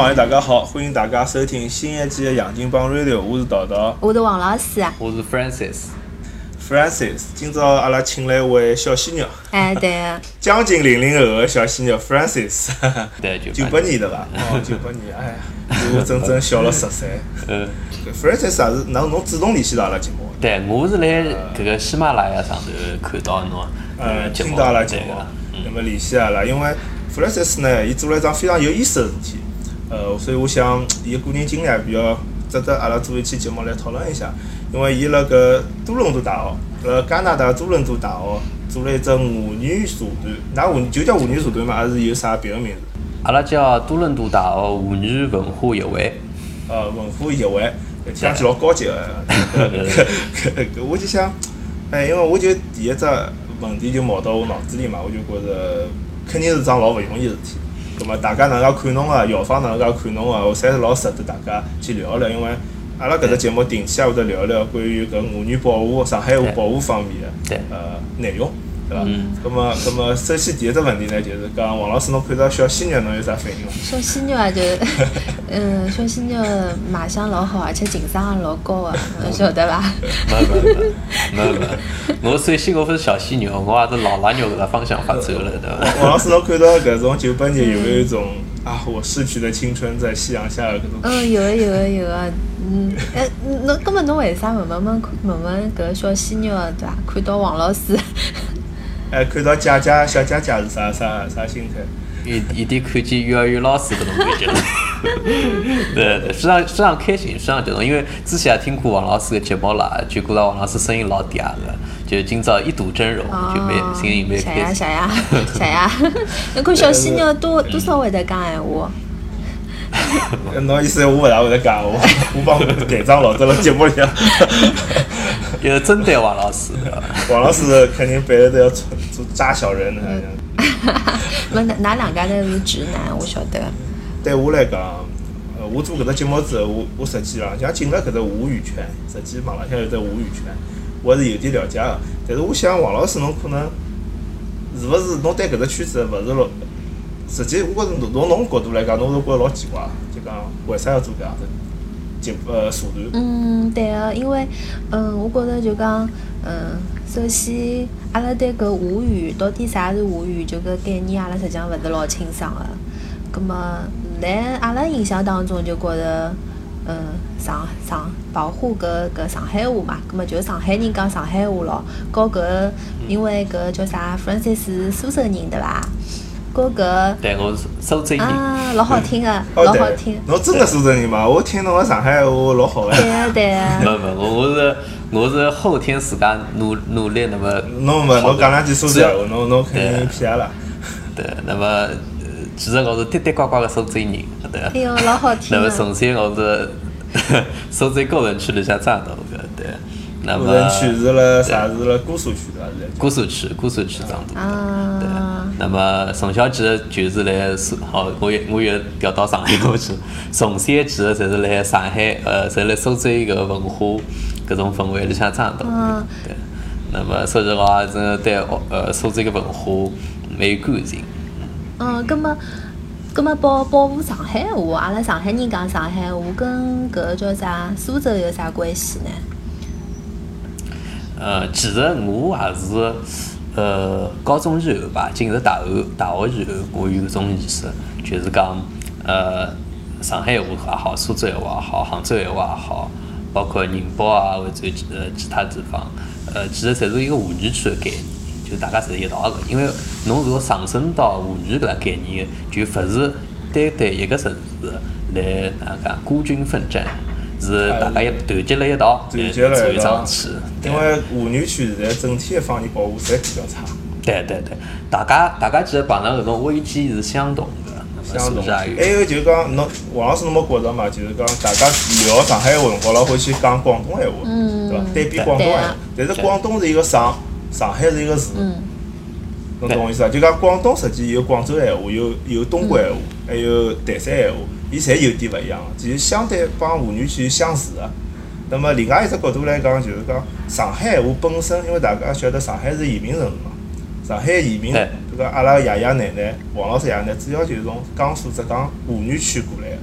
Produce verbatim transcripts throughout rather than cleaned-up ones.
朋友大家好，欢迎大家收听新一季的杨金帮 Radio， 我是道道， 我是王老师啊， 我是 Francis。 Francis， 今朝阿拉请来一位小鲜肉， 哎，对个， 将近零零后的小鲜肉 Francis， 对， 九八年对伐？哦，九八年，哎呀，比我整整小了十岁。 嗯 Francis 也是，侬侬主动联系到阿拉节目的， 对，我是来搿个喜马拉雅上头看到侬呃， 节目听到阿拉节目对个， 那么联系阿拉，因为 Francis 呢，伊做了一桩非常有意思的事体，呃，所以我想伊个个人经历也比较值得阿拉做一期节目来讨论一下，因为伊辣搿多伦多大学，辣加拿大多伦多大学做了一只妇女社团，㑚妇就叫妇女社团嘛，还是有啥别个名字？ 阿拉叫多伦多大学妇女文化协会。 呃，文化协会，听上去老高级个。搿搿我就想，哎，因为我就第一只问题就冒到我脑子里嘛，我就觉着肯定是桩老勿容易个事体。葛末大家哪能介看侬个，校方哪能介看侬个，我侪是老值得大家去聊聊，因为阿拉搿只节目定期也会得聊聊关于搿妇女保护、上海话保护方面个呃内容，对伐？葛末葛末，首先第一只问题呢，就是讲王老师侬看到小鲜肉侬有啥反应伐？ 小鲜肉啊，就，嗯，小鲜肉卖相老好，而且情商也老高个，侬晓得伐？ 没没没没没，我首先我勿是小鲜肉，我也是老辣肉搿个方向发展了，对伐？ 王老师侬看到搿种九八年有没有一种啊，我逝去的青春在夕阳下搿种？ 嗯，有个有个有个，嗯，哎，侬根本侬为啥问问问问问搿小鲜肉对伐？看到王老师， 哎，看到姐姐小姐姐是啥啥啥心态？ 有有点看见幼儿园老师搿种感觉了。对对，非常非常开心，非常激动，因为之前也听过王老师的节目啦，就觉得王老师声音老嗲的，就今朝一睹真容，就蛮心里蛮开心。 谢呀谢呀谢呀！侬看小鲜肉多多少会得讲闲话？ 侬意思我勿大会得讲话，我帮队长老在了节目里向。 有针对王老师的。 王老师肯定背后都要做做扎小人的。 没，哪两家都是直男，我晓得。 对我来讲，呃，我做搿只节目之后，我我实际上像进了搿只华语圈，实际网浪向有只华语圈，我还是有点了解个。但是我想王老师侬可能是勿是侬对搿只圈子勿是老，实际我觉着从侬角度来讲，侬是觉着老奇怪，就讲为啥要做搿样子节呃社团？ 嗯，对个，因为嗯，我觉着就讲嗯，首先阿拉对搿华语到底啥是华语，就搿概念阿拉实际上勿是老清爽个。葛末在阿拉印象当中就觉着，嗯，上上保护搿搿上海话嘛，葛末就是上海人讲上海话咯。和搿因为搿叫啥 ，Francis 是苏州人对伐？和搿对，我是苏州人。 啊，老好听个， 哦老好听。 侬真个苏州人嘛？我听侬个上海话老好个。 对个对个。 没没，我我是我是后天自家努努力，那么侬勿侬讲两句苏州话，侬侬肯定骗阿拉。 对，那么其实我是滴滴呱呱个苏州人，对。 哎哟，老好听那么个。 首先我是苏州工人区里向长大个，对。那么工人区是辣啥？是辣姑苏区对伐？是。 姑苏区，姑苏区长大的，对。 啊。 那么从小其实就是来苏，好，我又我又调到上海过去，从小其实侪是来上海，呃，侪辣苏州搿个文化搿种氛围里向长大的，对。那么说实话，真的对呃苏州个文化蛮有感情。 嗯，葛末，葛末保保护上海话，阿拉上海人讲上海话，跟搿叫啥苏州有啥关系呢？ 呃，其实我也是，呃，高中以后吧，进入大学，大学以后，我有搿种意识，就是讲，呃，上海话也好，苏州话也好，杭州话也好，包括宁波啊或者呃其他地方，呃，其实侪是一个妇女区的概念。就大家侪是一道个，因为侬如果上升到妇女搿个概念，就勿是单单一个城市来哪能讲孤军奋战，是大家一团结辣一道， 团结辣一道上去。 因为妇女区现在整体的方面保护侪比较差。 对对对，大家大家其实碰到搿种危机是相同的， 相同。 还有就讲侬王老师侬没觉着嘛？就是讲大家聊上海话辰光老欢喜讲广东闲话， 嗯、 对伐？对比广东闲话，但是广东是一个省。上海是一个市，侬懂我意思伐？就讲广东实际有广州闲话，有有东北闲话，还有台山闲话，伊侪有点勿一样。其实相对帮沪语区相似个。那么另外一只角度来讲，就是讲上海闲话本身，因为大家晓得上海是移民城市嘛，上海移民，比如讲阿拉爷爷奶奶、王老师爷爷奶奶，主要就是从江苏、浙江沪语区过来个。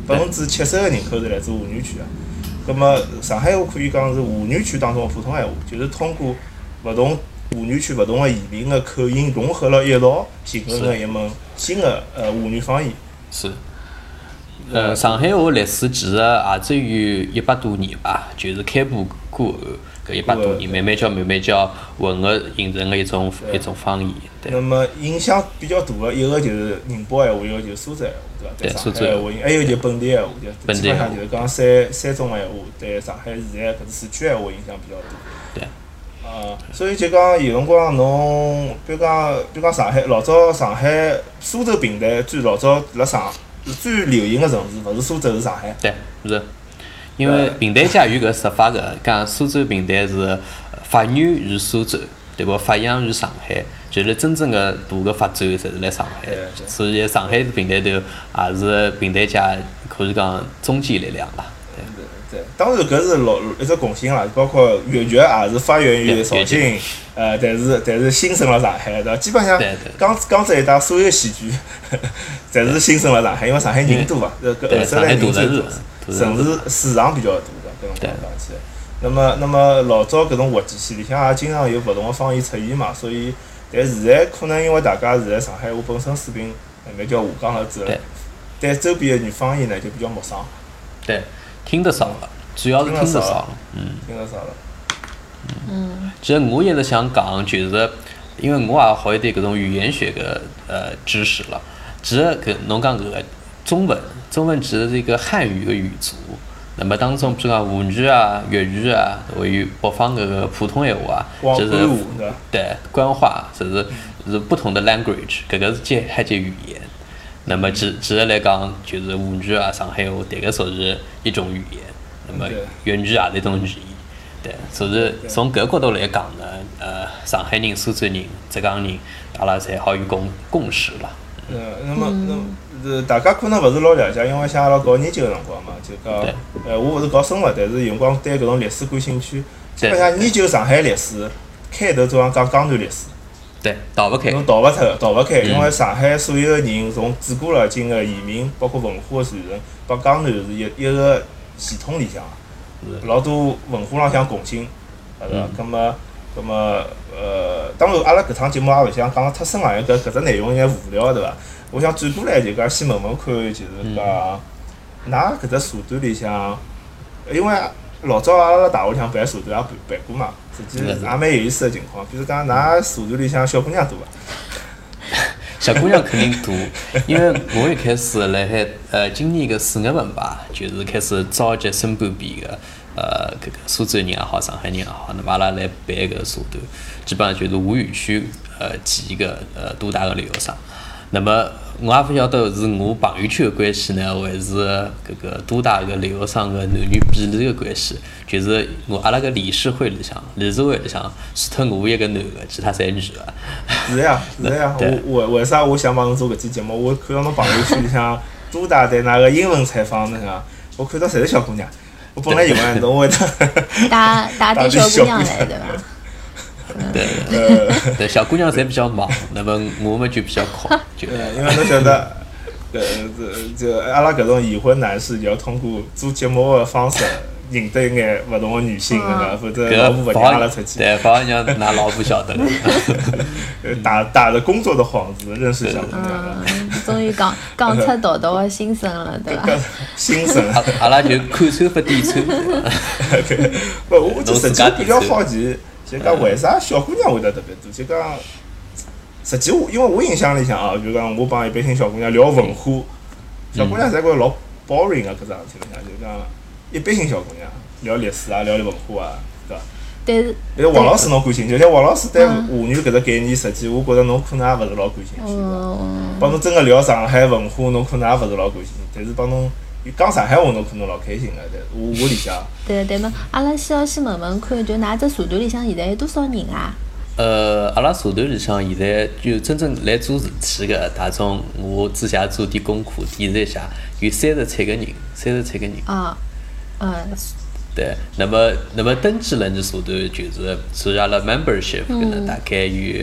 百分之七十个人口是来自沪语区啊。那么上海话可以讲是沪语区当中的普通闲话，就是通过勿同沪语区勿同个移民个口音融合了一道，形成了一门新的呃沪语方言。 是。呃，上海话历史其实也只有一百多年吧，就是开埠过后搿一百多年，慢慢叫慢慢叫混合形成了一种一种方言。对。 那么影响比较大个一个就是宁波闲话，一个就是苏州闲话，对伐？对上海闲话，还有就是本地闲话，就基本上就是讲三三种闲话，对上海现在搿只市区闲话影响比较大。 对。 啊，所以就讲有辰光侬，比如讲，比如讲上海老早上海苏州平台最老早辣上最流行个城市，勿是苏州是上海。 对，是。因为平台介于搿说法个，讲苏州平台是发源于苏州，对不？发扬于上海，就是真正个大个发展侪是辣上海。所以上海平台头也是平台界可以讲中坚力量啦。 对，当然搿是老一只共性啦，包括粤剧也是发源于绍兴，呃，但是但是兴盛了上海，对伐？基本上江江浙一带所有戏剧，侪是兴盛了上海，因为上海人多啊，搿搿二十来人最多，城市市场比较大个，搿种讲起来。那么那么老早搿种活计戏里向也经常有勿同个方言出现嘛，所以但现在可能因为大家现在上海话本身水平慢慢叫下降了之后，对周边个语方言呢就比较陌生。 对。听得少了，主要是听得少了，嗯， 听得少了， 嗯。其实我一直想讲，就是因为我也学一点搿种语言学的呃知识了。其实搿侬讲搿个中文，中文其实是一个汉语的语族。那么当中，比如讲沪语啊、粤语啊，还有北方搿个普通闲话啊，就是对官话，就是是不同的 language， 搿个是结合级语言。那么其其实来讲，就是沪语啊、上海话，迭个属于一种语言。那么粤语也是一种语言，对，所以从搿角度来讲呢，呃，上海人、苏州人、浙江人，阿拉侪好有共共识了。 呃，那么那呃，大家可能勿是老了解，因为像阿拉搞研究个辰光嘛，就讲，呃，我勿是搞生物，但是有辰光对搿种历史感兴趣。基本上研究上海历史，开头总像讲江南历史。 对，逃勿开。 侬逃勿脱，逃勿开，因为上海所有个人从自古而今个移民，包括文化个传承，帮江南是一一个系统里向，老多文化浪向共性，对伐？葛末，葛末，呃，当然阿拉搿趟节目也勿想讲得太深啊，因为搿搿只内容有眼无聊，对伐？我想转过来就讲先问问看，就是讲，㑚搿只社团里向，因为老早阿拉大学里向办社团也办办过嘛。实际也蛮有意思个情况，比如讲，㑚社团里向小姑娘多伐？ 小姑娘肯定多，因为我一开始辣海呃今年个四月份吧，就是开始召集身边边个呃搿个苏州人也好，上海人也好，那么阿拉来办搿个社团，基本上就是沪语区呃几个呃多大个留学生。那么我也勿晓得是我朋友圈的关系呢，还是搿个多大个留学生个男女比例个关系。就是我阿拉个理事会里向，理事会里向除脱我一个男个，其他侪女个。 是呀，是呀，我为为啥我想帮侬做搿期节目？我看到侬朋友圈里向多大对㑚个英文采访那个，我看到侪是小姑娘。我本来以为侬会带带点小姑娘来，对伐？ 对，呃，对，小姑娘侪比较忙，那么我们就比较快，就。 因为侬晓得，呃，这就阿拉搿种已婚男士，就要通过做节目个方式认得一眼勿同个女性，对伐？否则老婆勿让阿拉出去。 对，勿好让㑚老婆晓得了。 打打着工作的幌子认识小姑娘。 嗯，终于讲讲出道道个心声了，对伐？ 心声。 阿拉就看穿不点穿。 不，我就实际比较好奇。就讲为啥小姑娘会得特别多？就讲，实际我因为我印象里向啊，就讲我帮一般性小姑娘聊文化，小姑娘侪觉着老 boring 个搿桩事体里向，就讲一般性小姑娘聊历史啊，聊文化啊，对伐？ 但是， 但是王老师侬感兴趣，像王老师对沪语搿只概念，实际我觉着侬可能也勿是老感兴趣。帮侬真个聊上海文化，侬可能也勿是老感兴趣，但是帮侬。讲上海话侬可能老开心个，但我我理解。 对对嘛，阿拉先要先问问看，就㑚只社团里向现在有多少人啊？ 呃，阿拉社团里向现在就真正来做事体个，大众我之前做点功课，点了一下，有三十七个人，三十七个人。 啊，嗯。 对，那么那么登记了你社团就是属于阿拉 membership 搿能大概有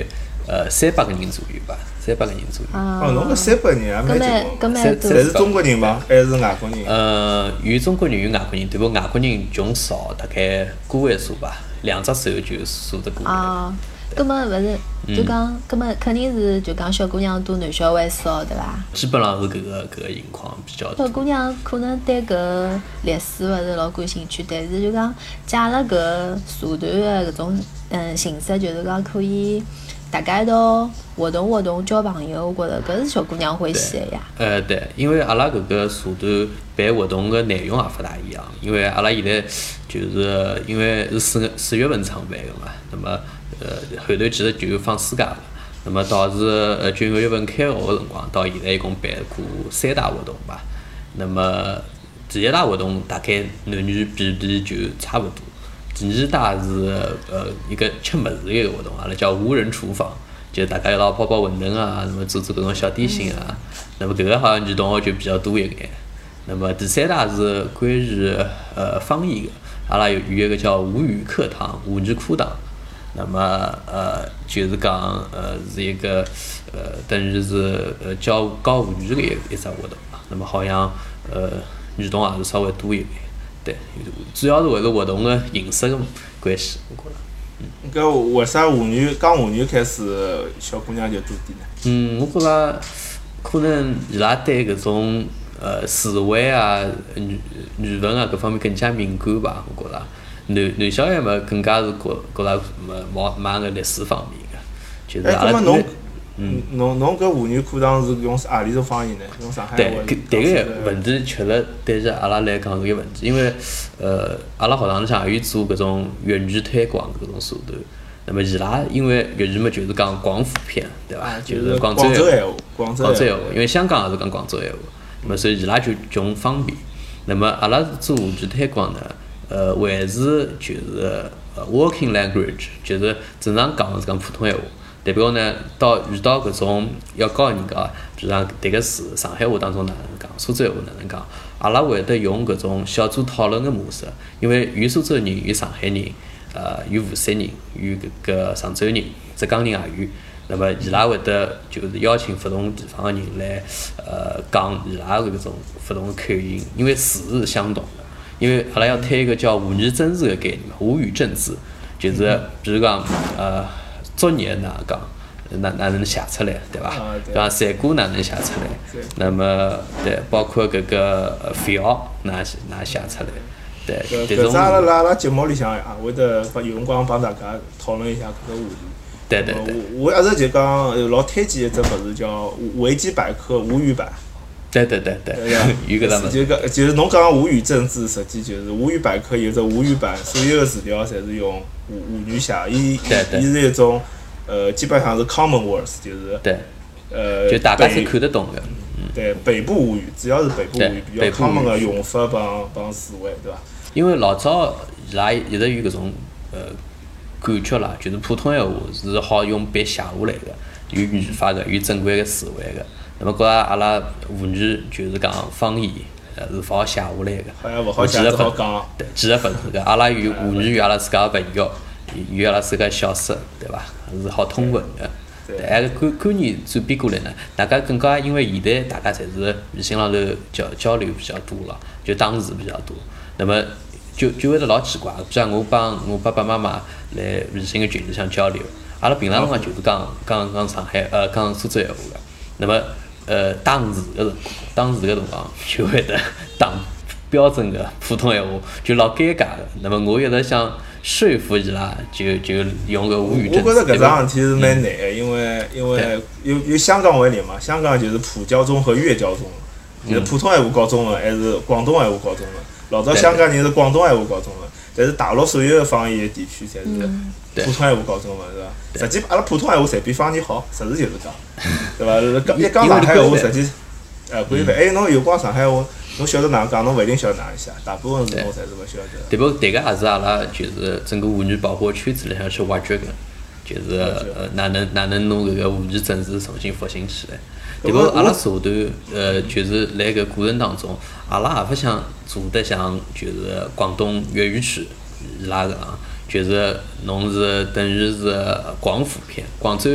呃三百个人左右吧，三百个人左右。 哦，侬搿三百人也蛮结棍。 搿蛮多。 侪是中国人伐？还是外国人？ 呃，有中国人有外国人，对不？外国人穷少，大概个位数吧，两只手就数得过来。 哦，葛末勿是就讲，葛末肯定是就讲小姑娘多，男小孩少，对伐？ 基本上是搿个搿个情况比较多。 小姑娘可能对搿历史勿是老感兴趣，但是就讲借了搿社团个搿种嗯形式，就是讲可以大家一道活动活动、交朋友，我觉着搿是小姑娘欢喜个呀。 呃，对，因为阿拉搿个社团办活动个内容也勿大一样，因为阿拉现在就是因为是四四月份创办个嘛，那么呃后头其实就放暑假了，那么导致呃九月份开学个辰光，到现在一共办过三大活动吧。那么第一大活动大概男女比例就差勿多。第二大是呃一个吃物事的一个活动，阿拉叫无人厨房，就大家一道泡泡馄饨啊，那么做做搿种小点心啊。那么搿个好像女同学就比较多一眼。那么第三大是关于呃方言的，阿拉有有一个叫吴语课堂、吴语课堂。那么呃就是讲呃是一个呃等于是呃教教吴语的一一只活动。那么好像呃女同也是稍微多一点。对，主要是为了活动个形式个关系，我觉着。 搿为啥妇女讲妇女开始小姑娘就多点呢？ 嗯，我觉着可能伊拉对搿种呃词汇啊、语语文啊各方面更加敏感吧，我觉着。男男小孩嘛更加是觉觉着蛮蛮个历史方面个，就是阿拉对。嗯，侬侬搿妇女课堂是用何里种方言呢？用上海话？ 对，迭个问题确实对于阿拉来讲是个问题，因为呃，阿拉学堂里向也有做搿种粤语推广搿种社团。那么伊拉因为粤语嘛，就是讲广府片，对伐？就是广州闲话，广州闲话。因为香港也是讲广州闲话，那么所以伊拉就穷方便。那么阿拉做沪语推广呢，呃，还是就是呃 working language， 就是正常讲是讲普通闲话。代表呢，到遇到搿种要教人家，比如讲迭个词上海话当中哪能讲，苏州话哪能讲，阿拉会得用搿种小组讨论个模式，因为有苏州人，有上海人，呃，有无锡人，有搿个常州人、浙江人也有。那么伊拉会得就是邀请勿同地方个人来，呃，讲伊拉搿种勿同个口音，因为词是相同的。因为阿拉要推一个叫沪语政治个概念嘛，沪语政治，就是比如讲呃。作业哪讲，哪哪能写出来，对伐？对伐？赛果哪能写出来？那么对，包括搿个票哪哪写出来？对， 搿搿阿拉辣阿拉节目里向也会得有辰光帮大家讨论一下搿个话题。 对对对。 我我一直就讲老推荐一只物事叫维基百科吴语版。 对对对对。有搿只物事。就讲就是侬讲吴语政治，实际就是吴语百科有只吴语版，所有个词条侪是用沪沪语写，伊伊是一种呃基本上是 common words， 就是对， 呃就大家侪看得懂个。 对，北部吴语主要是北部吴语比较 common 个用法帮帮词汇，对伐？ 因为老早伊拉一直有搿种呃感觉啦，就是普通闲话是好用笔写下来个，有语法个，有正规个词汇个。那么觉着阿拉沪语就是讲方言，呃是勿好写下来个。 好像勿好写，只好讲。 对，其实勿是个，阿拉有沪语有阿拉自家个文学，有阿拉自家小说，对伐？是好通文个。对，埃个观观念转变过来呢，大家更加因为现在大家侪是微信浪头交交流比较多了，就打字比较多，那么就就会得老奇怪。比如我帮我爸爸妈妈来微信个群里向交流，阿拉平常辰光就是讲讲讲上海呃讲苏州闲话个，那么呃打字个辰光，打字个辰光就会得打标准个普通闲话，就老尴尬个。那么我一直想说服伊拉，就就用个吴语政治。 我觉着搿桩事体是蛮难个，因为因为有有香港为例嘛，香港就是普教中和粤教中，就是普通闲话教中文还是广东闲话教中文。老早香港人是广东闲话教中文，但是大陆所有个方言地区侪是普通闲话教中文，是伐？实际阿拉普通闲话侪比方言好，实事求是讲，对伐？讲一讲上海闲话，实际呃规范。哎，侬有光上海话。侬晓得哪能讲，侬勿一定晓得哪能写，大部分是侬侪是勿晓得。 对不？迭个也是阿拉就是整个沪语保护圈子里向去挖掘个，就是呃哪能哪能弄搿个沪语政治重新复兴起来。对不？阿拉社团呃就是辣搿过程当中，阿拉也勿想做得像就是广东粤语区伊拉个啊，就是侬是等于是广府片、广州闲话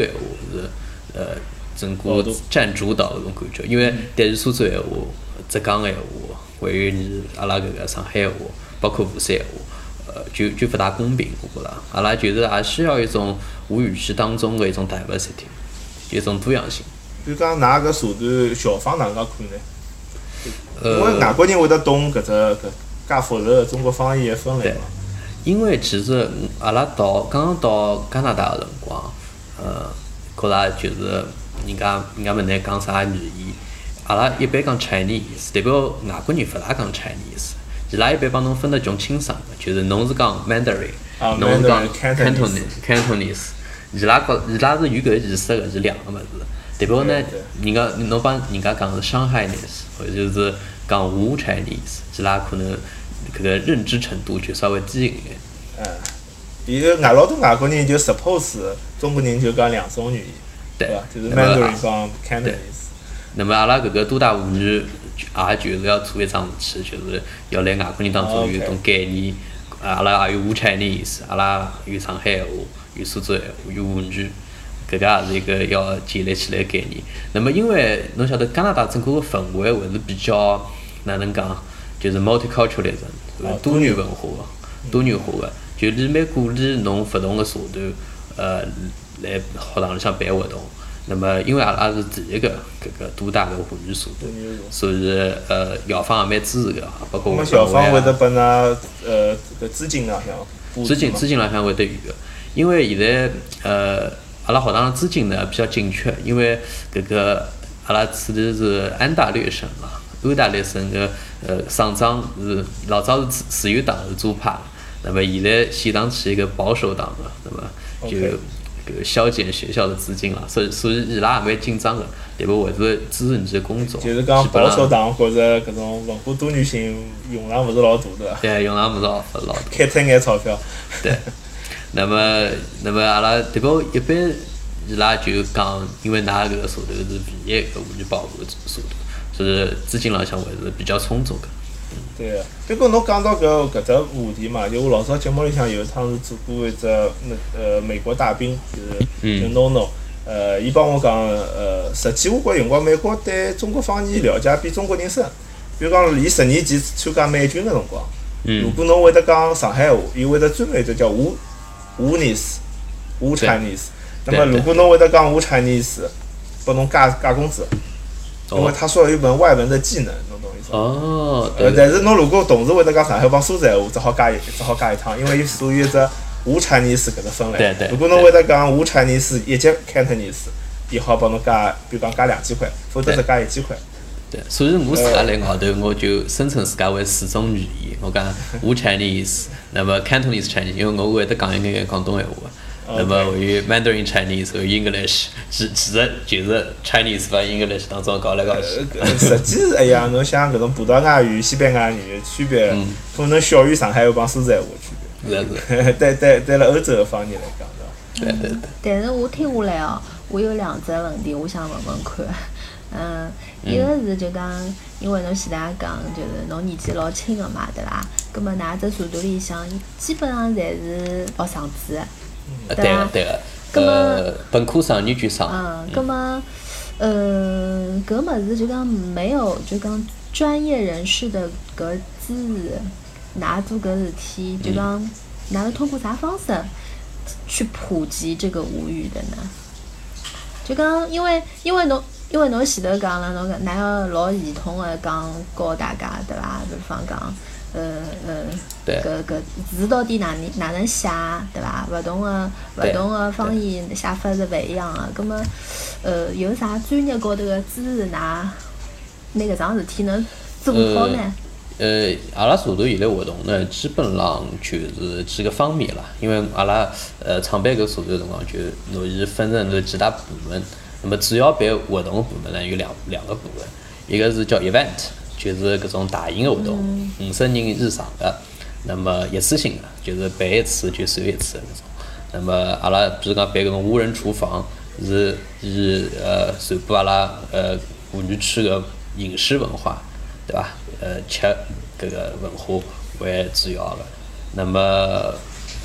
是呃整个占主导搿种感觉。因为但是苏州闲话、浙江闲话，还有你阿拉搿个上海闲话，包括沪山闲话，呃，就就不大公平，我觉着。阿拉就是也需要一种无语系当中的一种 diversity， 一种多样性。 比如讲，㑚搿社团校方哪能介看呢？因为外国人会得懂搿只搿介复杂的中国方言的分类嘛。 因为其实阿拉到刚刚到加拿大个辰光，呃，觉着就是人家人家问㑚讲啥语言，阿拉一般讲 Chinese， 代表外国人勿大讲 Chinese， 伊拉一般帮侬分得穷清爽个，就是侬是讲 Mandarin， 侬是讲 Cantonese， 伊拉觉伊拉是有搿意识个，是两个物事。代表呢，人家侬帮人家讲是 Shanghainese， 或者就是讲无 Chinese， 伊拉可能搿个认知程度就稍微低一眼。 嗯，伊个外老多外国人就 suppose 中国人就讲两种语言，对伐？就是 Mandarin 帮 Cantonese。 那么阿拉搿个多大妇女也就是要做一桩事体，就是要辣外国人当中有一种概念。阿拉也有无 Chinese， 阿拉有上海话，有苏州话，有沪语。搿个也是一个要建立起来的概念。那么，因为侬晓得加拿大整个个氛围还是比较哪能讲，就是 multiculturalism， 多元文化个、多元化个，就里蛮鼓励侬勿同个社团，呃，来学堂里向办活动。那么，因为阿拉是第一个搿个多大个妇女社团，所以呃，校方也蛮支持个，包括我们校方会得拨㑚呃搿资金浪向， 资金资金浪向会得有个，因为现在呃。阿拉学堂的资金呢比较紧缺，因为搿个阿拉处的是安大略省嘛，安大略省个呃省长是老早是自自由党是左派，那么现在先上去一个保守党的，那么就搿个削减学校的资金了，所以所以伊拉也蛮紧张的，对不？还是支持你的工作。 就是讲保守党或者搿种文化多元性用场勿是老大的。 对，用场勿是老勿是老大。 开脱眼钞票。 对。那么，那么阿拉对不一般伊拉就讲，因为㑚搿个社团是唯一一个妇女保护的社团，所以资金浪向还是比较充足的。 嗯、对个，不过侬讲到搿搿只话题嘛，就我老早节目里向有一趟是做过一只那呃美国大兵，就是就 NoNo， 呃，伊帮我讲，呃，实际我觉着辰光美国对中国方言了解比中国人深。比如讲，伊十年前参加美军个辰光， 嗯、 如果侬会得讲上海话，伊会得专门一只叫无。无 Chinese， 无 Chinese。那么，如果侬会得讲无 Chinese， 拨侬加加工资，因为他说了一门外文的技能，侬懂意思伐？ 哦。 呃，但是侬如果同时会得讲上海帮苏州话，只好加一只好加一趟，因为伊属于一只无 Chinese 搿只分类。 对对。 如果侬会得讲无 Chinese 一级 Cantonese， 伊好帮侬加，比如讲加两千块，否则只加一千块。 对，所以我自家辣外头，我就声称自家为四种语言。我讲无 Chinese， 那么 Cantonese Chinese， 因为我会得讲一眼广东闲话。那么还有 Mandarin Chinese 和 English， 其其实就是 Chinese 和 English 当中搞来搞去。 实际是一样，侬像搿种葡萄牙语、西班牙语区别，可能小于上海话帮苏州话区别。 是是。 对对对，辣欧洲个方言来讲， 对对对。 但是我听下来哦，我有两只问题，我想问问看。嗯，一个是就讲，因为侬前头讲，就是侬年纪老轻个嘛，对伐？葛末㑚只社团里向，基本上侪是学生子的， 对个对个。葛末本科生、研究生。 嗯，葛末，呃，搿物事就讲没有就讲专业人士的搿支持，㑚做搿事体，就讲㑚是通过啥方式去普及这个吴语的呢？就讲，因为因为侬。因为侬前头讲了，侬搿㑚要老系统个讲教大家，对伐？比方讲，呃呃，搿搿字到底哪能哪能写，对伐？勿同个勿同个方言写法是勿一样个。葛末，呃，有啥专业高头个支持，㑚拿搿桩事体能做好呢？ 呃，阿拉社团现在活动呢，基本上就是几个方面啦。因为阿拉呃创办搿社团辰光，就拿伊分成了几大部门。那么主要办活动的部门呢有两两个部分，一个是叫 event， 就是搿种大型的活动，五十人以上的，那么一次性的，就是办一次就算一次的搿种。那么阿拉比如讲办搿种无人厨房，是以呃传播阿拉呃妇女区的饮食文化，对伐？呃吃搿个文化为主要的。那么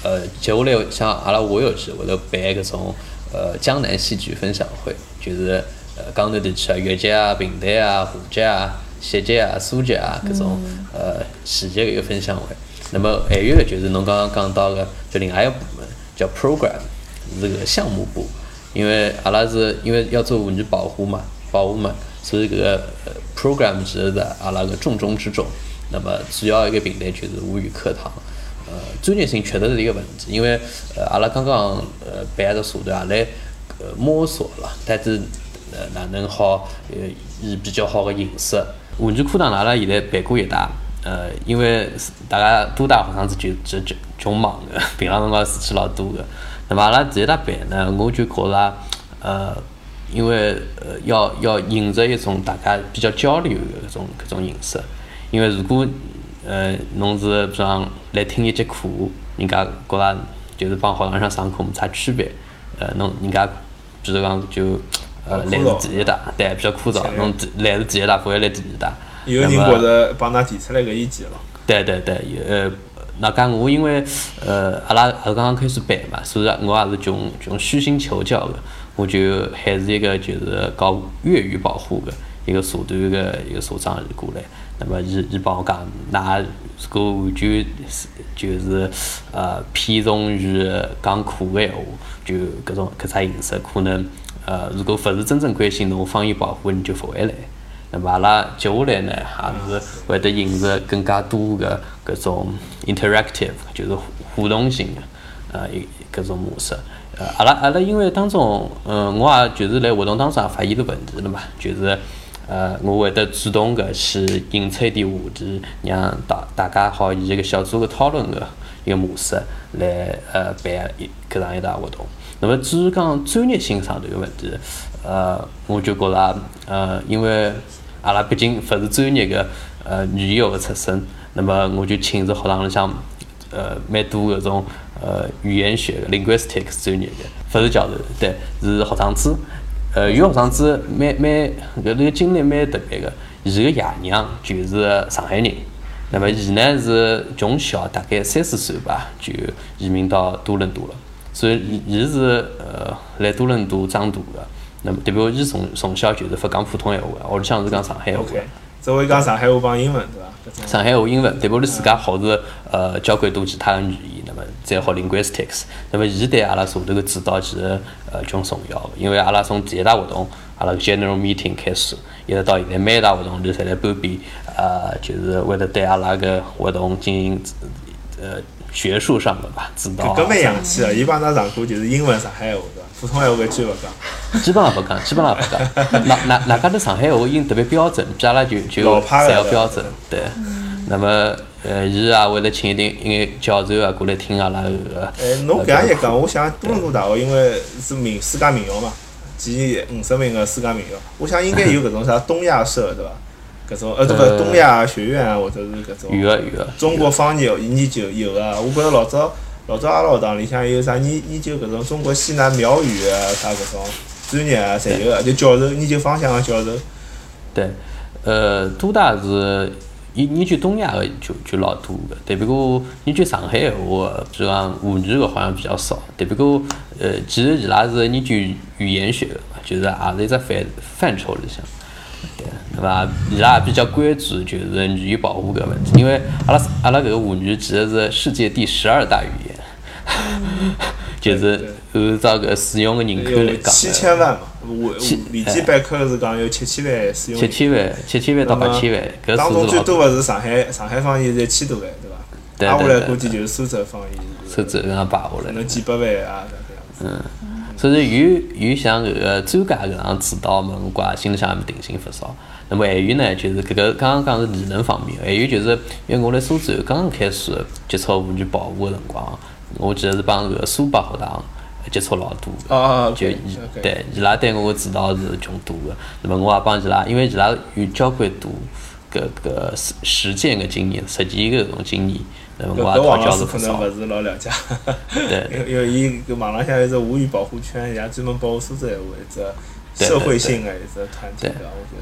呃，接下来像阿拉下学期会头办搿种呃江南戏剧分享会，就是呃江南地区啊，粤剧啊、评弹啊、沪剧啊、闽剧啊、苏剧啊搿种呃戏剧的一个分享会。那么还有个就是侬刚刚讲到个，就另外一个部门叫 program， 是个项目部，因为阿拉是因为要做文娱保护嘛，保护嘛，所以搿个呃 program 其实是阿拉个重中之重。那么主要一个平台就是吴语课堂。呃，专业性确实是一个问题，因为呃，阿拉刚刚呃办个社团也来呃摸索了，但是呃哪能好呃以比较好的形式。文娱课堂阿拉现在办过一档，呃，因为大家多大学生子就就就穷忙的，平常辰光事体老多的。那么阿拉第一搭办呢，我就觉着呃，因为呃要要营造一种大家比较交流的搿种搿种形式，因为如果呃，侬是比方来听一节课，人家觉着就是帮学堂上上课没啥区别。呃，侬人家比如讲就呃来自第一搭，对，比较枯燥。侬来自第一搭，不会来第二搭。 有人觉着帮㑚提出来个意见了。 对对对，呃，那讲我因为呃阿拉也是刚刚开始办嘛，所以我也是种种虚心求教的，我就还是一个就是搞粤语保护的一个社团的一个社长过来。那么，伊伊帮我讲，㑚如果完全就是呃偏重于讲课个闲话，就搿种搿只形式，可能呃如果勿是真正关心侬方言保护，你就勿会来。那么阿拉接下来呢，也是会得引入更加多个搿种 interactive， 就是互动性的呃一搿种模式。呃，阿拉阿拉因为当中，嗯、呃，我也就是来活动当中也发现个问题了嘛，就是。呃，我会得主动个去引出一点话题，让大大家好以一个小组个讨论个一个模式来呃办一搿样一档活动。那么至于讲专业性上头个问题，呃，我就觉着呃，因为阿拉毕竟勿是专业个呃语言学个出身，那么我就请着学堂里向呃蛮多搿种呃语言学个 linguistics 专业个，勿是教授，对，是学长子。呃，有学生子蛮蛮搿个经历蛮特别个，伊个爷娘就是上海人，那么伊呢是从小大概三四岁吧就移民到多伦多了，所以伊伊是呃来多伦多长大个，那么代表伊从从小就是勿讲普通闲话，屋里向是讲上海话。 OK， 只会讲上海话帮英文对伐？ 上海话、英文，代表你自家学是呃交关多其他个语言，那么再学 linguistics。那么伊对阿拉社团个指导其实呃种重要个，因为阿拉从第一大活动，阿拉 general meeting 开始，一直到现在每一大活动，就侪来搬边，呃，就是会得对阿拉个活动进行呃学术上的吧指导。 搿蛮洋气个，伊帮㑚上课就是英文、上海话对伐？普通闲话一句勿讲。 基本上勿讲，基本上勿讲。哪哪哪家头上海话音特别标准，比阿拉就就侪要标准，对。那么呃，伊也会得请一定一眼教授啊过来听阿拉个。 哎，侬搿样一讲，我想多伦多大学因为是名世界名校嘛，前五十名个世界名校，我想应该有搿种啥东亚社对伐？搿种呃，对勿东亚学院啊，或者是搿种。 有个有个。 中国方言研究有个，我觉着老早老早阿拉学堂里向有啥研研究搿种中国西南苗语啊，啥搿种专业啊，侪有个，就教授研究方向个教授。 对，呃，多大是研研究东亚个就就老多个，但不过研究上海闲话，比如讲沪语个好像比较少。但不过呃，其实伊拉是研究语言学个嘛，就是也是一只范范畴里向。对，对伐？伊拉也比较关注就是语言保护搿问题，因为阿拉阿拉搿个沪语其实是世界第十二大语言，嗯、就是按照搿使用个人口来讲， 七千万嘛，我维基百科是讲有七千万使用。 七千万，七千万到八千万，搿当中最多个是上海上海方言是一千多万，对伐？ 对挨下来估计就是苏州方言。 苏州搿样排下来。 可能几百万啊，搿样子。 嗯。所以有有像搿个专家搿样指导嘛，我觉心里向也定心勿少。那么还有呢，就是搿个刚刚讲是理论方面，还有就是因为我辣苏州刚刚开始接触妇女保护个辰光，我记得是帮搿个苏北学堂接触老多个， 哦就伊对伊拉对我个指导是穷多个。那么我也帮伊拉，因为伊拉有交关多搿个实实践个经验、实践个搿种经验。那么我也讨教是可能勿是老了解， 对， 因为因为伊搿网浪向有只吴语保护圈，也专门保护苏州闲话一只社会性个一只团体，对伐？我觉得。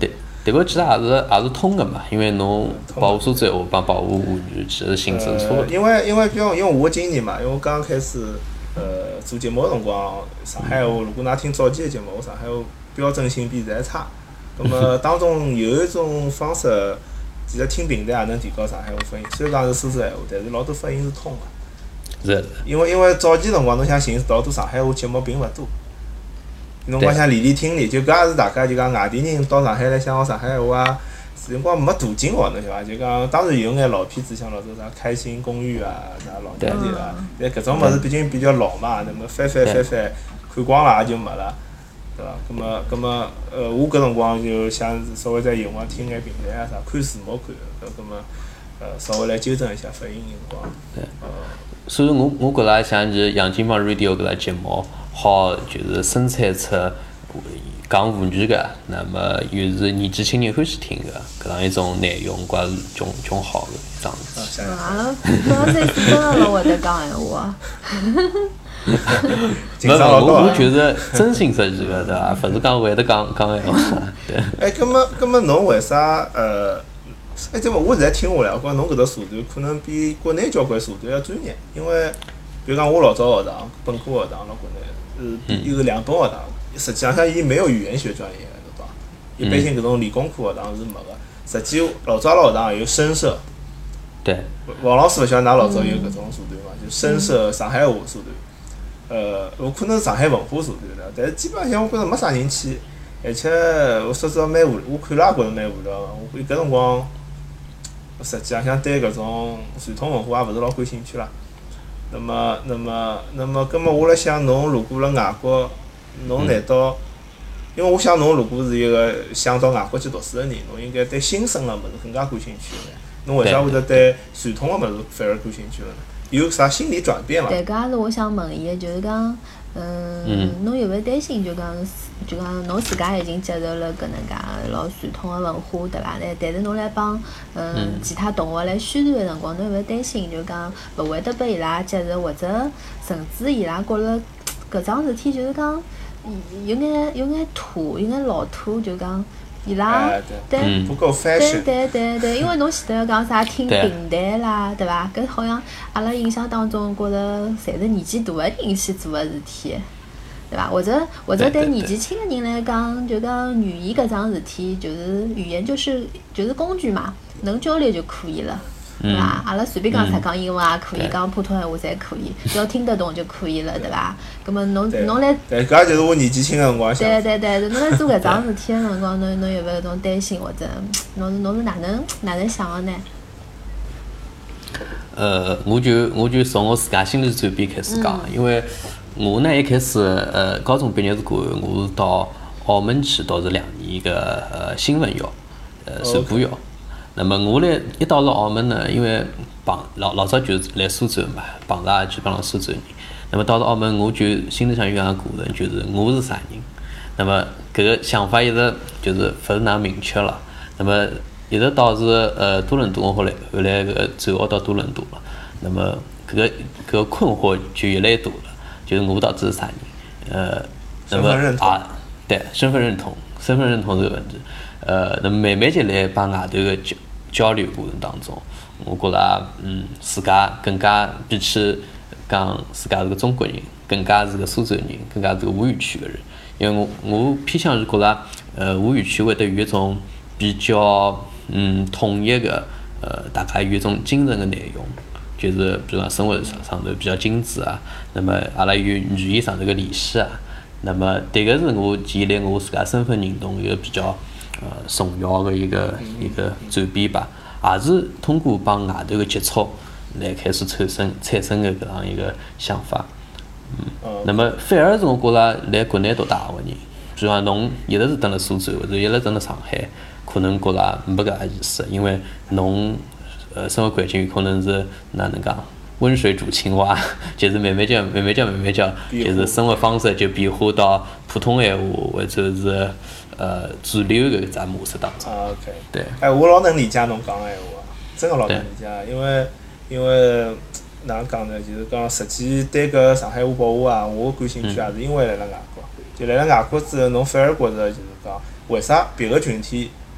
迭个其实也是也是通个嘛，因为侬保护数字闲话帮保护妇女其实性质是差勿多。 因为因为比方因为我经验嘛，因为我刚刚开始呃做节目个辰光，上海话如果㑚听早期个节目，我上海话标准性比现在差。咁么当中有一种方式，其实听频段也能提高上海话发音。虽然讲是苏州闲话，但是老多发音是通个。 是。 因为因为早期辰光，侬想寻老多上海话节目并勿多。侬讲像理理听理，就搿也是大家就讲外地人到上海来想学上海话啊，辰光没途径学，侬晓得伐？就讲当然有眼老片子，像老早啥开心公寓啊、啥老娘舅啊，但搿种物事毕竟比较老嘛，那么翻翻翻翻看光了也就没了，对伐？葛么葛么呃，我搿辰光就想稍微在有辰光听眼频段啊啥，看字幕看，搿葛么呃稍微来纠正一下发音辰光。 对。所以我我觉着像是杨金帮 radio 搿个节目。好，就是生产出讲妇女个，那么又是年纪轻人欢喜听个搿样一种内容，觉是种种好个一桩事体。 嗯，阿拉老早是真个勿会得讲闲话。 没没， 我我就是真心实意个，对伐？勿是讲会得讲讲闲话，对。 哎，葛末葛末侬为啥呃？哎，这么我现在听下来，我觉侬搿只社团可能比国内交关社团要专业，因为比如讲我老早学堂本科学堂辣国内。是一个两本学堂，实际上像伊没有语言学专业，对伐？一般性搿种理工科学堂是没个。实际老早阿拉学堂有声社， 对。 王老师勿晓得㑚老早有搿种社团伐？就声社上海话社团，呃，我可能是上海文化社团的，但是基本上我觉着没啥人去，而且我说实话蛮无，我看了也觉着蛮无聊个。我搿辰光，实际上像对搿种传统文化也勿是老感兴趣啦。那么，那么，那么，葛末我辣想，侬如果辣外国，侬难道？因为我想侬如果是一个想到外国去读书个人，侬应该对新生个物事更加感兴趣个。侬为啥会得对传统个物事反而感兴趣了呢？有啥心理转变伐？ 对，搿也是我想问伊个，就是讲，嗯，侬有勿有担心？就讲，就讲侬自家已经接受了搿能介老传统个文化，对伐？但但是侬来帮嗯其他同学来宣传个辰光，侬有勿有担心？就讲勿会得拨伊拉接受，或者甚至伊拉觉着搿桩事体就是讲有眼有眼土，有眼老土，就讲。伊拉对不够 fashion， 对对对对，因为侬前头讲啥听平台啦，对伐？搿好像阿拉印象当中觉着侪是年纪大个人去做个事体，对伐？或者或者对年纪轻个人来讲，就讲语言搿桩事体，就是语言就是就是工具嘛，能交流就可以了。对伐？阿拉随便讲出讲英文也可以，讲普通闲话侪可以，只要听得懂就可以了，对伐？葛末侬侬来， 对，搿就是我年纪轻个辰光想。 对对对，侬来做搿桩事体个辰光，侬侬有勿有种担心或者侬侬是哪能哪能想个呢？ 呃，我就我就从我自家心理转变开始讲，因为我呢一开始呃高中毕业过后，我是到澳门去读是两年个呃新闻校，呃传播校。那么我来一到了澳门呢，因为碰老老早就是来苏州嘛，碰着也基本上苏州人。那么到了澳门，我就心里向有样过程，就是我是啥人。那么搿个想法一直就是勿是哪明确了。那么一直到是呃多伦多，我后来后来搿转学到多伦多了。那么搿个搿个困惑就越来越大了，就是我到底是啥人？呃，那么啊，对，身份认同，身份认同这个问题。呃，那么慢慢进来帮外头个交交流过程当中，我觉着嗯，自家更加比起讲自家是个中国人，更加是个苏州人，更加是个吴语区个人。因为我我偏向是觉着，呃，吴语区会得有一种比较嗯统一个，呃，大家有一种精神个内容，就是比如讲生活上上头比较精致啊，那么阿拉有语言上头个联系啊，那么迭个是我建立我自家身份认同一个比较。呃，重要的一个一个转变吧，也是通过帮外头的接触来开始产生产生的搿样一个想法。嗯，那么反而是我觉着来国内读大学的人，比如讲侬一直是蹲辣苏州，或者一直蹲辣上海，可能觉着没搿个意思，因为侬呃生活环境有可能是哪能讲？温水煮青蛙，就是慢慢叫慢慢叫慢慢叫，就是生活方式就变化到普通闲话或者是呃主流的搿只模式当中。 啊 ，OK。 对。 哎，我老能理解侬讲个闲话，真个老能理解，因为因为哪能讲呢？就是讲实际对搿上海话保护啊，我感兴趣也是因为来了外国，就来了外国之后，侬反而觉着就是讲，为啥别个群体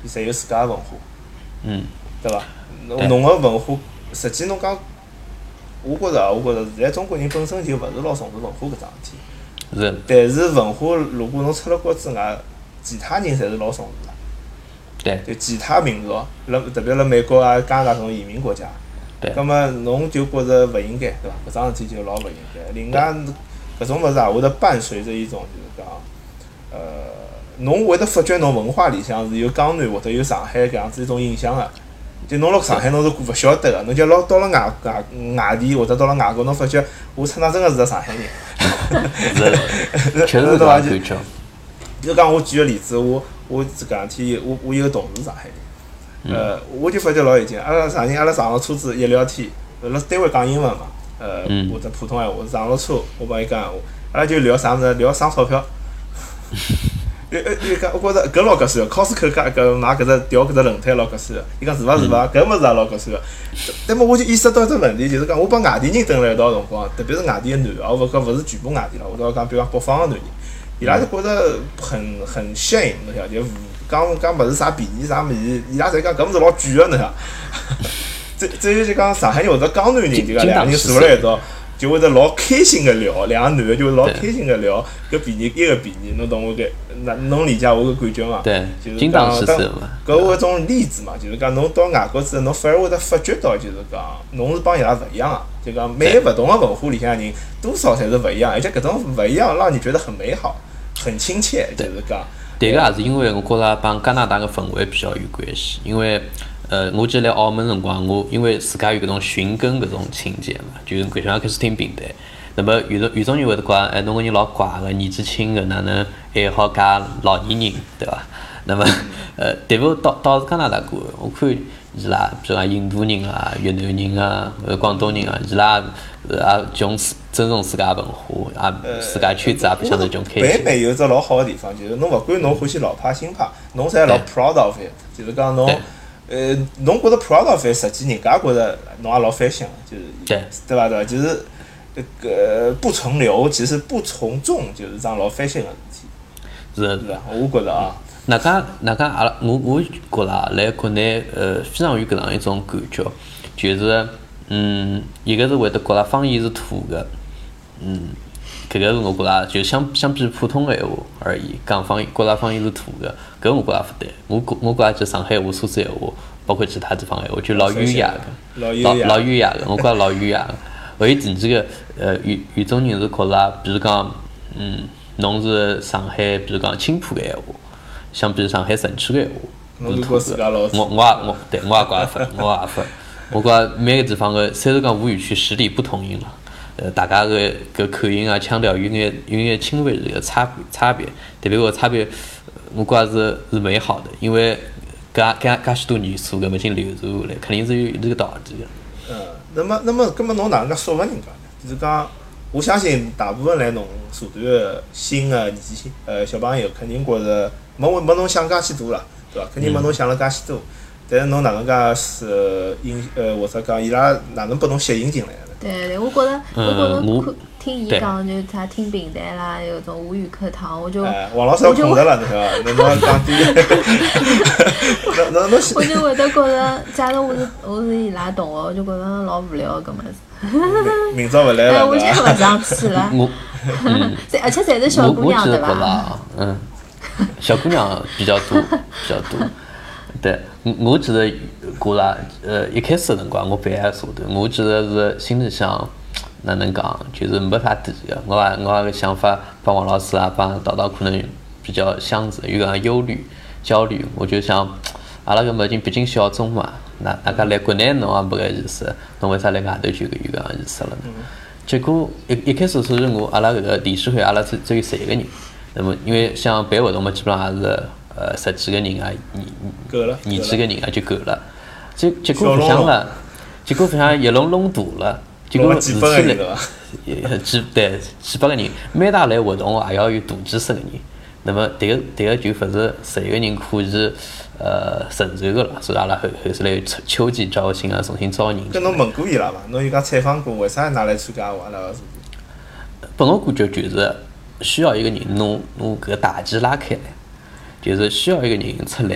伊侪有自家个文化， 嗯， 对伐？侬侬个文化，实际侬讲，我觉着啊，我觉着现在中国人本身就勿是老重视文化搿桩事体。 是。 但是文化，如果侬出了国之外，其他人侪是老重视个。 对。 就其他民族，辣特别辣美国啊、加拿大搿种移民国家。 对。 葛末侬就觉着勿应该，对伐？搿桩事体就老勿应该。另外，搿种物事也会得伴随着一种就是讲，呃，侬会得发觉侬文化里向是有江南或者有上海搿样子一种影响个。就侬辣上海侬是勿晓得个，侬就老到了外外外地或者到了外国，侬发觉我出那真个是个上海人。 是，确实是搿感觉。 就讲我举个例子，我我搿两天我我有个同事上海人，呃，我就发觉老有劲。阿拉上人阿拉上了车子一聊天，辣单位讲英文嘛，呃，或者普通闲话，上了车我帮伊讲闲话，阿拉就聊啥物事，聊省钞票。伊伊讲，我觉着搿老合算个，Costco 搿搿买搿只调搿只轮胎老合算个。伊讲是伐是伐？搿物事也老合算个。那么我就意识到一只问题，就是讲我帮外地人蹲辣一道辰光，特别是外地个男个，我勿讲勿是全部外地啦，我讲比如讲北方个男人，伊拉就觉着很很炫，侬晓得，就讲讲物事啥便宜啥物事，伊拉侪讲搿物事老贵个，侬晓得。只只有就讲上海人或者江南人，就讲两个人坐辣一道。就会得老开心个聊，两个男个就会老开心个聊，搿便宜一个便宜，侬懂我搿，那侬理解我个感觉伐？ 对， 就是经常是搿我一种例子嘛，就是讲侬到外国之后，侬反而会得发觉到，就是讲侬是帮伊拉勿一样个，就讲每个勿同个文化里向人多少侪是勿一样，而且搿种勿一样让你觉得很美好、很亲切，就是讲。 迭个也是因为我觉着帮加拿大个氛围比较有关系，因为。呃，我记得来澳门辰光，我因为自家有搿种寻根搿种情节嘛，就是搿想开始听平台。那么有种有种人会得讲，哎，侬搿人老怪个，年纪轻个，哪能还好嫁老年人，对伐？那么呃，但勿到到加拿大过，我看伊拉，比如讲印度人啊、越南人啊、呃广东人啊，伊拉也种尊重自家文化，也自家圈子也白相得种开心。 北美有一只老好个地方，就是侬勿管侬欢喜老派新派，侬侪老 proud of it，就是讲侬。呃，侬觉着 proud of it，实际人家觉着侬也老翻新个，就是对对伐？对伐？就是那个不从流，其实不从众，就是桩老翻新个事体。 是是伐？我觉着啊。 哪家哪家阿拉，我我觉着来国内呃非常有搿样一种感觉，就是嗯，一个是会得觉着方言是土个，嗯。搿个是我觉着，就相相比普通闲话而言，讲方言，觉着方言是土个，搿我觉着勿对。我觉我觉着就上海话、苏州闲话，包括其他地方闲话，就老优雅个，老老优雅个，我觉着老优雅个。还有第二个，呃，有有种人是觉着，比如讲，嗯，侬是上海，比如讲青浦个闲话，相比上海城区个闲话，是土个。我我也我对我也觉着分，我也分。我觉着每个地方个，虽然讲吴语区十里不同音了。呃，大家个搿口音啊、腔调有眼有眼轻微的差别差别，特别个差别，我觉着是是美好的，因为搿搿介许多年数搿么已经流传下来，肯定是有这个道理个。 嗯，那么那么，搿么侬哪能介说服人家呢？就是讲，我相信大部分来侬社团个新个年纪呃小朋友，肯定觉着没没侬想介许多了，对伐？肯定没侬想了介许多，但是侬哪能介是引呃或者讲伊拉哪能把侬吸引进来？ 对对，我觉着，我觉嗯、 着听伊讲，就是他听平台啦，有种吴语课堂，我就， 哎，王老师要困着了，侬晓得伐？侬讲点，侬侬侬， 我就会得觉着，假如我是我是伊拉同学，我就觉着老无聊个搿么子。 明朝勿来了， 哎，我就勿上去了。 我，嗯， 而且侪是小姑娘，对伐？嗯，小姑娘比较多，比较多。对，我记得觉着，呃，一开始个辰光我办个社团，我记得是心里想哪能讲，就是没啥底个。我也我个想法帮王老师啊，帮导导可能比较相似，有个忧虑、焦虑。我就想，阿拉搿么已经毕竟小众嘛，那大家来国内侬也没搿意思，侬为啥来外头就有搿样意思了呢？结果一一开始是我阿拉搿个理事会阿拉只只有三个人，那么因为像办活动嘛，基本上也是。呃，十几个人啊，二二几个人啊就够了。结结果不想了，结果不想一笼笼大了。结果几百个人对几对几百个人，每大来活动也要有大几十个人。那么迭个迭个就勿是十一个人可以呃承受个了，所以阿拉后后头来秋季招新啊，重新招人。 跟侬问过伊拉伐？侬有讲采访过，为啥拿来参加我阿拉个社团？本我感觉就是需要一个人，侬侬搿个大旗拉开来。就是需要一个人出来，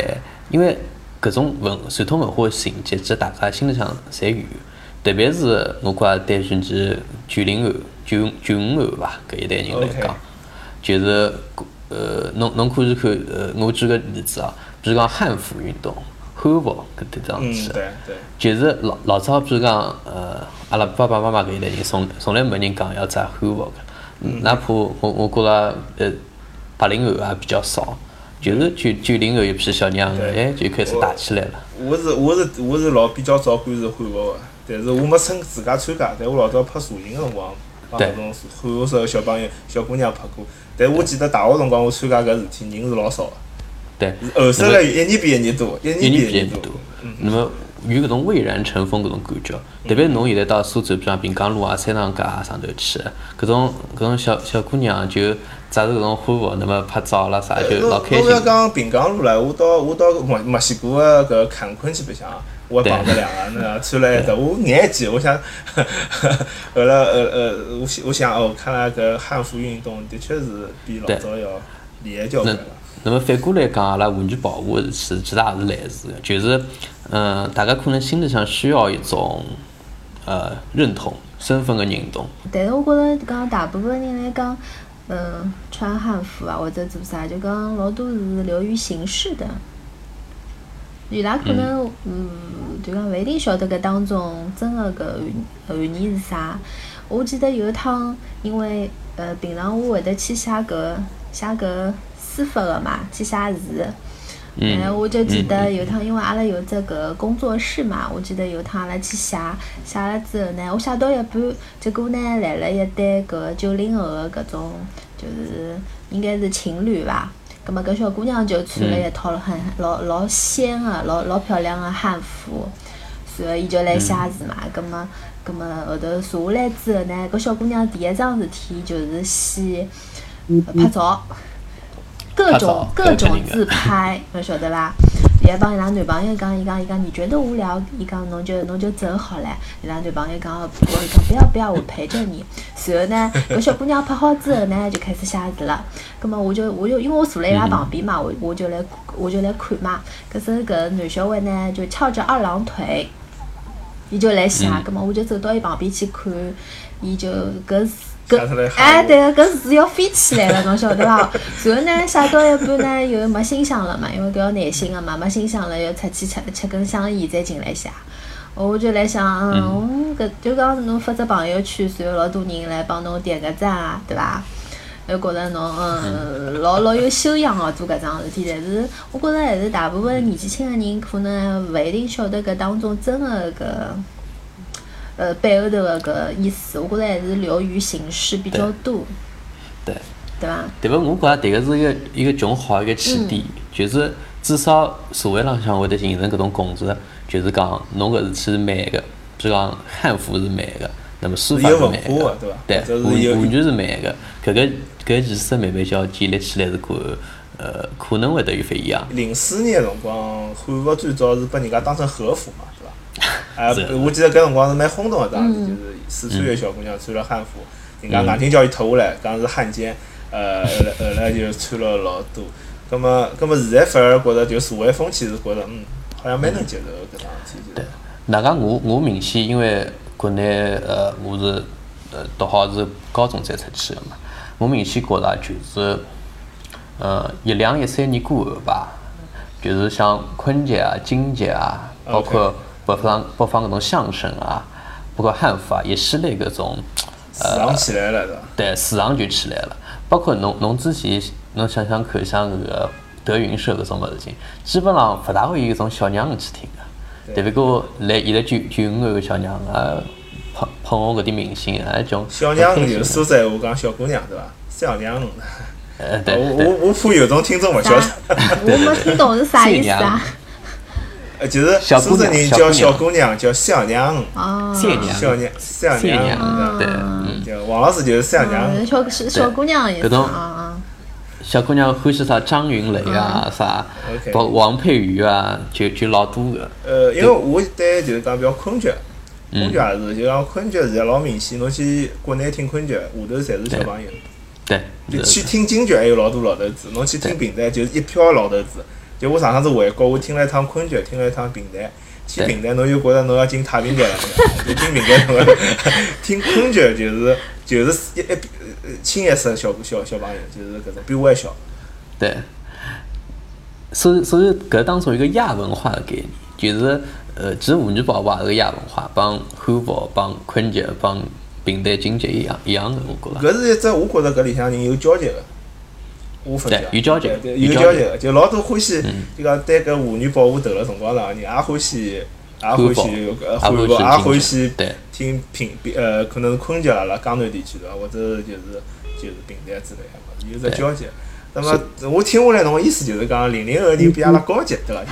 因为搿种文传统文化情节，其实大家心里向侪有。特别是我觉着对于是九零后、九九五后吧搿一代人来讲， Okay. 就是呃，侬侬看是看呃，我举个例子啊，比如讲汉服运动、汉服搿迭桩嗯， 事体， 对对， 就是老老早，比如讲呃，阿拉爸爸妈妈搿一代人从从来没人讲要穿汉服个，嗯、哪怕我我觉着呃八零后也比较少，就是九九零后一批小娘哎就开始打起来了。 我是我是我是老比较早欢喜汉服个，但是我没趁自家参加，但我老早拍茶人个辰光，帮搿种汉服色小朋友、小姑娘拍过。但我记得大学辰光我参加搿事体人是老少个， 对， 后首来一年比一年多，一一年比一年比年年多。 嗯， 那么有搿种蔚然成风搿种感觉，特别侬现在到苏州，比方滨江路啊、三塘街啊上头去，搿种搿种小小姑娘就扎着搿种汉服，那么拍照啦啥就老开心侬勿。要讲滨江路了，我到我到墨墨西哥个搿坎昆去白相，我还碰着两个那穿了一头，我眼一记，我想，后来呃呃，我想我想哦，看来搿汉服运动的确是比老早要厉害交关了。 那么反过来讲，阿拉完全保护的事体，其实也是类似的，就是嗯、呃，大家可能心里上需要一种呃认同身份的认同。 但是我觉着讲大部分人来讲，嗯，穿汉服啊或者做啥，就讲老多是流于形式的。伊拉可能嗯，就讲勿一定晓得搿当中真个搿含含义是啥。我记得有一趟，因为呃平常我会得去写搿写搿书法个嘛，去写字。 嗯， 哎，我就记得有趟，因为阿拉有这个工作室嘛，我记得有趟阿拉去写，写了之后呢，我写到一半，结果呢来了一对搿九零后的搿种，就是应该是情侣吧。葛末搿小姑娘就穿了一套很老老鲜个、老老漂亮个汉服，然后伊就来写字嘛。葛末葛末后头坐下来之后呢，搿小姑娘第一桩事体就是先拍照。各种各种自拍，侬晓得伐？伊还帮伊拉男朋友讲，伊讲伊讲你觉得无聊，伊讲侬就侬就走好了。伊拉男朋友讲，我讲不要不要，我陪着你。然后呢，搿小姑娘拍好之后呢，就开始写字了。葛末我就我就因为我坐辣伊拉旁边嘛，我我就来我就来看嘛。可是搿男小孩呢，就翘着二郎腿，伊就来写。葛末我就走到伊旁边去看，伊就搿。搿哎，对个，搿字要飞起来了，侬晓得伐？然后呢，写到一半呢，又没心想了嘛，因为搿要男性个嘛，没心想了，要出去吃吃根香烟再进来写。我就来想，嗯，搿就讲侬发只朋友圈，然后老多人来帮侬点个赞啊，对伐？又觉着侬嗯老老有修养哦，做搿桩事体。但是我觉着还是大部分年纪轻个人可能勿一定晓得搿当中真个搿。呃，背后头的搿意思，我觉着还是流于形式比较多， 对， 对伐？ 对伐？我觉着迭个是一个一个穷好一个起点，嗯、就是至少社会浪向会得形成搿种共识，就是讲侬搿事体是美个，比如讲汉服是美个，那么书法是美个，对，完完全是美个。搿个搿意识慢慢就要建立起来，是可呃可能会得有勿一样。 零四年辰光，汉服最早是拨人家当成和服嘛，对伐？啊，我记得搿辰光是蛮轰动个桩事，就是四川个小姑娘穿了汉服，人家硬劲叫伊脱下来，讲是汉奸，呃，后来后来就穿了老多。葛末葛末现在反而觉着就社会风气是觉着嗯，好像蛮能接受搿桩事体。 对，哪讲我我明显因为国内呃我是呃读好是高中才出去个嘛，我明显觉着就是呃一两一三年过后吧，就是像昆剧啊、京剧啊，包括。北方北方搿种相声啊，包括汉服啊，一系列搿种， 市场起来了，对伐？ 对，市场就起来了。包括侬侬之前侬想想看，像搿个德云社搿种物事情，基本上勿大会有搿种小娘去听个。特别个来现在九九五后个小娘啊，捧捧红搿点明星啊，种。 小娘就是苏州闲话讲小姑娘，对伐？小娘。 呃，对。 我我我怕有种听众勿晓得。 我没听懂是啥意思啊？ 呃，就是苏州人叫小姑娘叫小娘， 哦， 小娘， 小娘，小娘，对， 嗯，叫王老师就是小娘， 小小姑娘意思啊。 小姑娘欢喜啥张云雷啊，啥，包王佩瑜啊，就就老多个。 呃，因为我对就是讲比较昆剧，昆剧也是，就讲昆剧现在老明显，侬去国内听昆剧，下头侪是小朋友。 对。 就去听京剧还有老多老头子，侬去听评弹就是一票老头子。 就我上趟子回国，我听了一趟昆曲，听了一趟评弹。去平台，侬就觉着侬要进太平间了，对伐？进平台，侬听昆剧就是就是一一清一色小小小朋友，就是搿种比我还小。 对。所以所以搿当中一个亚文化的概念，就是呃，其实妇女保护也是个亚文化，帮汉服、帮昆剧、帮平台经济一样一样的，我觉着。 搿是一只，我觉着搿里向人有交集个。我分对，有交集， 有交集个，就老多欢喜，就讲对搿妇女保护投了辰光上人，也欢喜，也欢喜搿汉服，也欢喜听评呃，可能是昆剧啦，辣江南地区对伐，或者就是就是平台之类个，有只交集。那么我听下来，侬个意思就是讲零零后人比阿拉高级，对伐？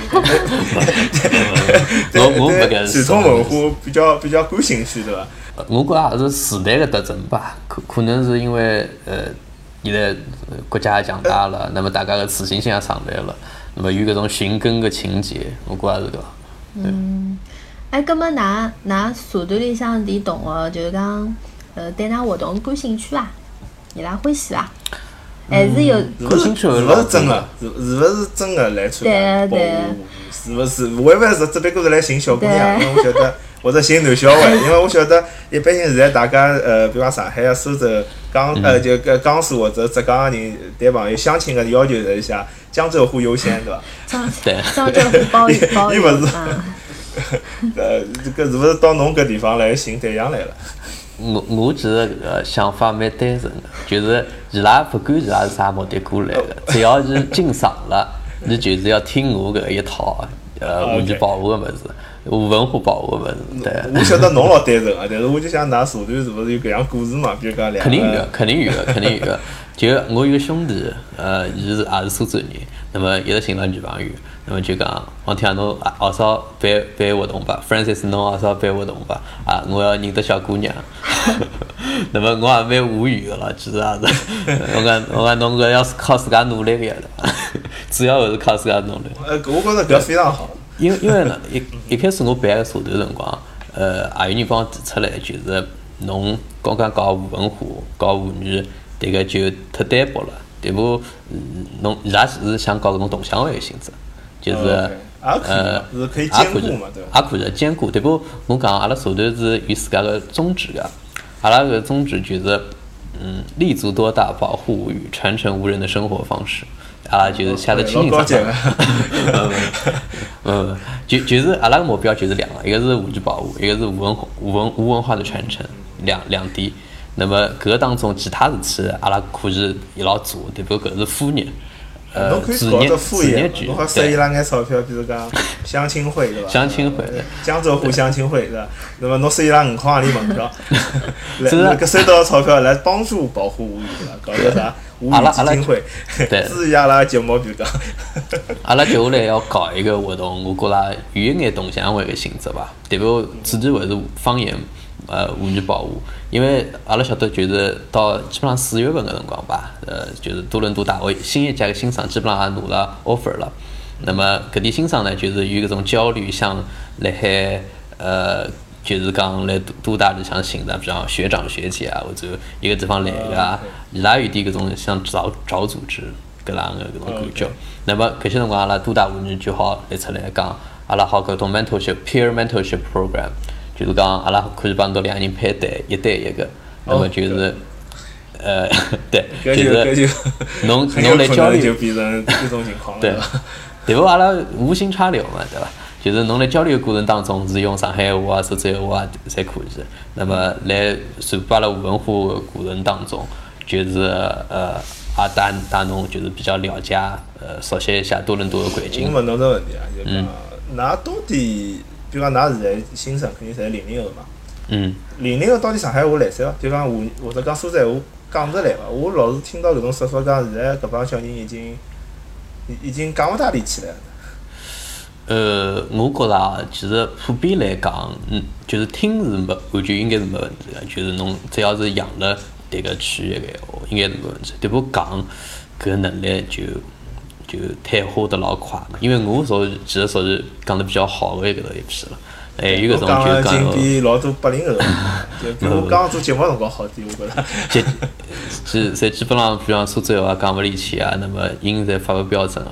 对对对，传统文化比较比较感兴趣，对伐？ 我觉着也是时代个特征吧，可可能是因为呃。现在国家也强大了，那么大家的自信心也上来了，那么有搿种寻根的情节，我觉着是搿。 嗯，哎，葛末㑚㑚社团里向点同学就是讲，呃，对㑚活动感兴趣伐？伊拉欢喜伐？还是有感兴趣？ 是勿是真个？是是勿是真个来参加保护？是勿是？会勿会是只不过是来寻小姑娘？因为我晓得。或者寻男小孩，因为我晓得一般性现在大家呃，比方上海啊、苏州、江呃就搿江苏或者浙江个人对朋友相亲个要求是一下江浙沪优先，对伐？ 江江浙沪包邮包邮。 伊勿是，呃，搿是勿是到侬搿地方来寻对象来了？ 我我其实搿想法蛮单纯个，就是伊拉不管伊拉是啥目的过来个，只要是进场了，你就是要听我搿一套呃妇女保护个物事。文化保护个物事，对。 我晓得侬老单纯啊，但是我就想，㑚社团是勿是有搿样故事嘛？比如讲两个。 肯定有个，肯定有个，肯定有个。就我有个兄弟，呃，伊是也是苏州人，那么一直寻了女朋友，那么就讲，我听侬号召办办活动吧 ，Francis 侬号召办活动吧，啊，我要认得小姑娘。那么我也蛮无语个了，其实也是。我讲我讲侬搿要是靠自家努力个呀，对伐？主要还是靠自家努力。 呃，我觉着搿非常好。 因为因为呢，一一开始我办个社团辰光，呃，也有人帮我提出来，就是侬刚刚搞文化、搞妇女，迭个就太单薄了，对不？侬伊拉是想搞搿种同乡会个性质，就是呃， 是可以兼顾嘛，对伐？ 也可以兼顾，对不？我讲阿拉社团是有自家个宗旨个，阿拉个宗旨就是，嗯，立足多大，保护无语，传承无人的生活方式。啊，就是写得清清爽爽。嗯嗯，就就是阿拉个目标就是两个，一个是妇女保护，一个是无文化无文无文化的传承，两两点。那么搿个当中其他事体阿拉可以一道做，对不？搿是副业。呃，职业职业剧， 侬好收伊拉眼钞票，比如讲相亲会对伐？ 相亲会， 江浙沪相亲会对伐？那么侬收伊拉五块钿门票，来搿收到钞票来帮助保护妇女对伐？搞个啥妇女基金会，支持阿拉节目，比如讲。 阿拉接下来要搞一个活动，我觉着有一眼同乡会个性质吧，对不？主题会是方言。呃，妇女保护，因为阿拉晓得就是到基本上四月份个辰光吧，呃，就是多伦多大学新一届个新生基本上也拿了 offer 了。那么搿点新生呢，就是有搿种焦虑，想辣海呃，就是讲来多大里向寻的，比方学长学姐啊，或者一个地方来个啊，伊拉有点搿种想找找组织搿样个搿种感觉。那么搿些辰光阿拉多大妇女就好来出来讲，阿拉好搿种 mentorship peer mentorship program。就是讲，阿拉可以帮到两人配对，一对一个，那么就是，呃，对，就是侬侬来交流， 就变成这种情况了， 对吧？对不？阿拉无心插柳嘛，对吧？就是侬来交流过程当中是用上海话啊、苏州话啊侪可以。那么来传播阿拉文化的过程当中，就是呃，也带带侬就是比较了解，呃，熟悉一下多伦多的环境。 我问侬个问题啊，就讲，㑚到底？比如讲，㑚现在新生肯定侪零零后嘛。 嗯。 零零后到底上海话来塞伐？就讲或或者讲苏州话讲得来伐？我老是听到搿种说法，讲现在搿帮小人已经已经讲勿大力气了。 呃，我觉着啊，其实普遍来讲，嗯，就是听是没完全应该是没问题个，就是侬只要是养了迭个区域个闲话，应该是没问题。对不讲搿能力就。就退化得老快嘛，因为我属于其实属于讲得比较好的搿头一批了，还有搿种就讲。 已经比老多八零后，就比我刚做节目辰光好点，我觉着。 基，是，侪基本上，比方苏州话讲勿离去啊，那么音侪发勿标准啊，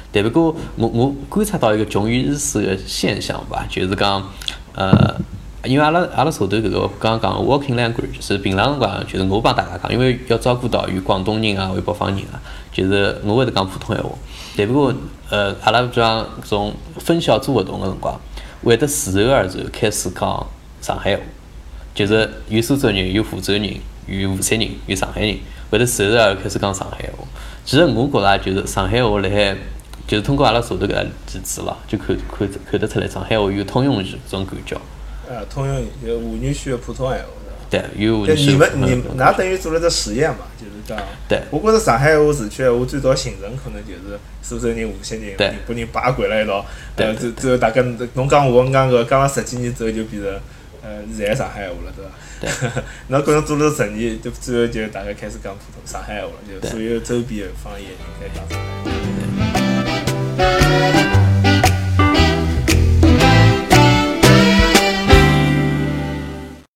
但不过我我观察到一个穷于日式的现象吧，就是讲呃。因为阿拉阿拉手头搿个刚刚讲 working language 就是平常辰光，就是我帮大家讲，因为要照顾到有广东人啊、有北方人啊，就是我会得讲普通闲话。但不过呃，阿拉比方搿种分小组活动个辰光，会得自然而然开始讲上海话，就是有苏州人、有福州人、有无锡人、有上海人，会得自然而然开始讲上海话。其实我觉着就是上海话辣海，就是通过阿拉手头搿个例子咯，就看看看得出来上海话有通用语搿种感觉。 呃，通用就沪语区的普通闲话。 对，有就你们你㑚等于做了只实验嘛，就是讲。 对。 我觉着上海话市区闲话最早形成可能就是苏州人、无锡人、宁波人把掼辣一道，呃，最最后大家侬讲我，我讲个，讲了十几年之后就变成呃现在上海闲话了，对伐？对。侬可能做了十年，就最后就大家开始讲普通上海闲话了，就所有周边的方言人开始讲上海话。